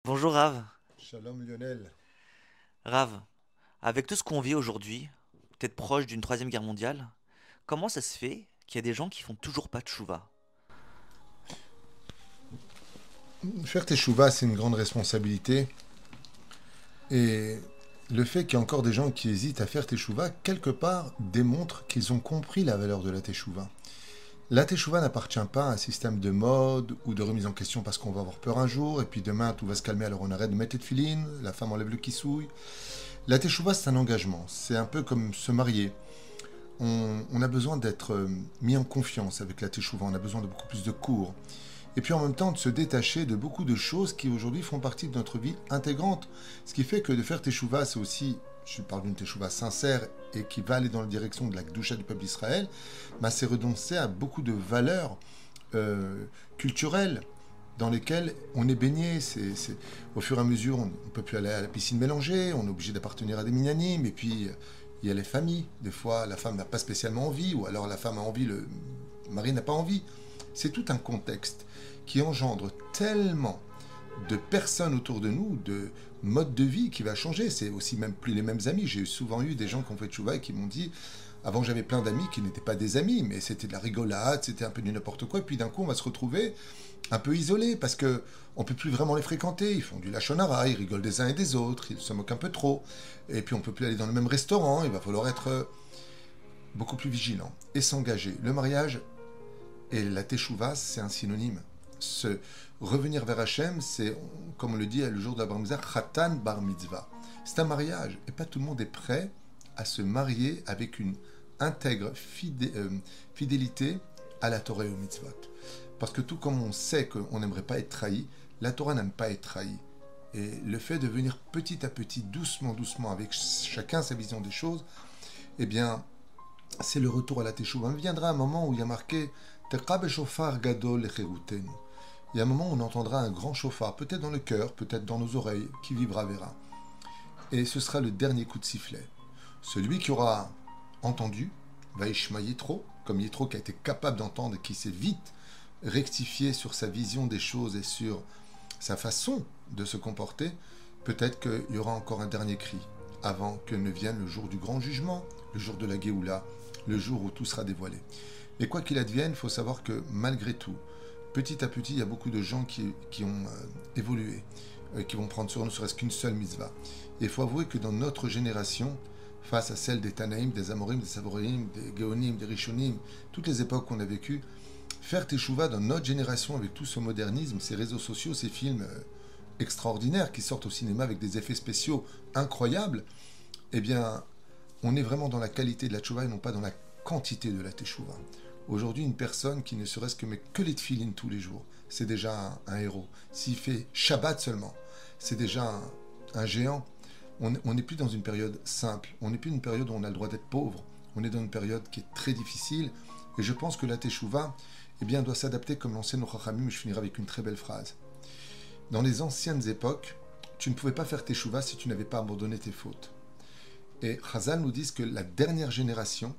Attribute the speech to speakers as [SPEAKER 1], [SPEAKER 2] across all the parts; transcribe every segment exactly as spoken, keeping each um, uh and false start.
[SPEAKER 1] Bonjour Rav.
[SPEAKER 2] Shalom Lionel.
[SPEAKER 1] Rav, avec tout ce qu'on vit aujourd'hui, peut-être proche d'une troisième guerre mondiale, comment ça se fait qu'il y a des gens qui font toujours pas de chouva?
[SPEAKER 2] Faire teshuva, c'est une grande responsabilité. Et le fait qu'il y ait encore des gens qui hésitent à faire teshuva, quelque part, démontre qu'ils ont compris la valeur de la teshuva. La teshuva n'appartient pas à un système de mode ou de remise en question parce qu'on va avoir peur un jour et puis demain tout va se calmer alors on arrête de mettre les filines, la femme enlève le kissouille. La teshuva, c'est un engagement. C'est un peu comme se marier. On, on a besoin d'être euh, mis en confiance avec la teshuva. On a besoin de beaucoup plus de cours. Et puis en même temps de se détacher de beaucoup de choses qui aujourd'hui font partie de notre vie intégrante. Ce qui fait que de faire teshuva, c'est aussi, je parle d'une teshuva sincère et qui va aller dans la direction de la Gdusha du peuple d'Israël, bah, c'est renoncer à beaucoup de valeurs euh, culturelles dans lesquelles on est baigné. C'est, c'est- Au fur et à mesure, on ne peut plus aller à la piscine mélangée, on est obligé d'appartenir à des minyanim, et puis euh, il y a les familles. Des fois, la femme n'a pas spécialement envie, ou alors la femme a envie, le mari n'a pas envie. C'est tout un contexte qui engendre tellement de personnes autour de nous, de mode de vie qui va changer. C'est aussi même plus les mêmes amis. J'ai souvent eu des gens qui ont fait tchouva et qui m'ont dit, avant j'avais plein d'amis qui n'étaient pas des amis, mais c'était de la rigolade, c'était un peu du n'importe quoi. Et puis d'un coup on va se retrouver un peu isolés parce que on peut plus vraiment les fréquenter. Ils font du lachonara, ils rigolent des uns et des autres, ils se moquent un peu trop. Et puis on peut plus aller dans le même restaurant. Il va falloir être euh, beaucoup plus vigilant et s'engager. Le mariage et la teshuva, c'est un synonyme. Se revenir vers Hachem, c'est, comme on le dit le jour de la bar mitzvah, chatan bar mitzvah. C'est un mariage, et pas tout le monde est prêt à se marier avec une intègre fidé- euh, fidélité à la Torah et au mitzvot. Parce que tout comme on sait qu'on n'aimerait pas être trahi, la Torah n'aime pas être trahie. Et le fait de venir petit à petit, doucement, doucement, avec chacun sa vision des choses, eh bien, c'est le retour à la teshuva. Il viendra un moment où il y a marqué Teqa beshofar gadol lecherutenu. Il y a un moment où on entendra un grand chauffard, peut-être dans le cœur, peut-être dans nos oreilles, qui vivra verra. Et ce sera le dernier coup de sifflet. Celui qui aura entendu va Ishma Yitro, comme Yitro qui a été capable d'entendre et qui s'est vite rectifié sur sa vision des choses et sur sa façon de se comporter. Peut-être qu'il y aura encore un dernier cri avant que ne vienne le jour du grand jugement, le jour de la Géoula, le jour où tout sera dévoilé. Mais quoi qu'il advienne, il faut savoir que malgré tout, petit à petit, il y a beaucoup de gens qui, qui ont euh, évolué, euh, qui vont prendre sur ne serait-ce qu'une seule mitzvah. Et il faut avouer que dans notre génération, face à celle des Tanaïm, des Amorim, des Savorim, des Géonim, des Rishonim, toutes les époques qu'on a vécues, faire teshuva dans notre génération avec tout ce modernisme, ces réseaux sociaux, ces films euh, extraordinaires qui sortent au cinéma avec des effets spéciaux incroyables, eh bien, on est vraiment dans la qualité de la teshuva et non pas dans la quantité de la teshuva. Aujourd'hui, une personne qui ne serait-ce que met que les tefilines tous les jours, c'est déjà un, un héros. S'il fait Shabbat seulement, c'est déjà un, un géant. On n'est plus dans une période simple, on n'est plus dans une période où on a le droit d'être pauvre, on est dans une période qui est très difficile, et je pense que la teshuva eh bien, doit s'adapter comme l'enseigne nos Chachamim, et je finirai avec une très belle phrase. Dans les anciennes époques, tu ne pouvais pas faire teshuva si tu n'avais pas abandonné tes fautes. Et Chazal nous dit que la dernière génération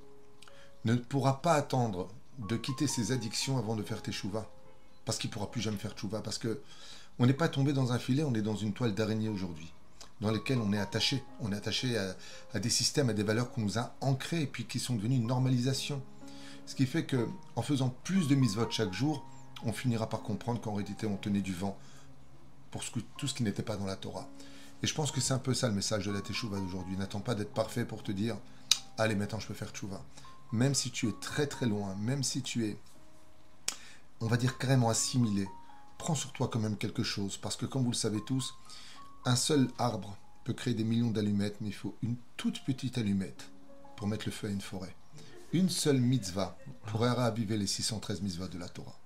[SPEAKER 2] ne pourra pas attendre de quitter ses addictions avant de faire teshuva. Parce qu'il ne pourra plus jamais faire teshuva. Parce que on n'est pas tombé dans un filet, on est dans une toile d'araignée aujourd'hui, dans lesquelles on est attaché. On est attaché à, à des systèmes, à des valeurs qu'on nous a ancrées et puis qui sont devenues une normalisation. Ce qui fait que, en faisant plus de mitzvot chaque jour, on finira par comprendre qu'en réalité on tenait du vent pour ce que, tout ce qui n'était pas dans la Torah. Et je pense que c'est un peu ça le message de la teshuva d'aujourd'hui. N'attends pas d'être parfait pour te dire allez, maintenant je peux faire teshuva. Même si tu es très très loin, même si tu es, on va dire, carrément assimilé, prends sur toi quand même quelque chose. Parce que comme vous le savez tous, un seul arbre peut créer des millions d'allumettes, mais il faut une toute petite allumette pour mettre le feu à une forêt. Une seule mitzvah pourrait raviver les six cent treize mitzvahs de la Torah.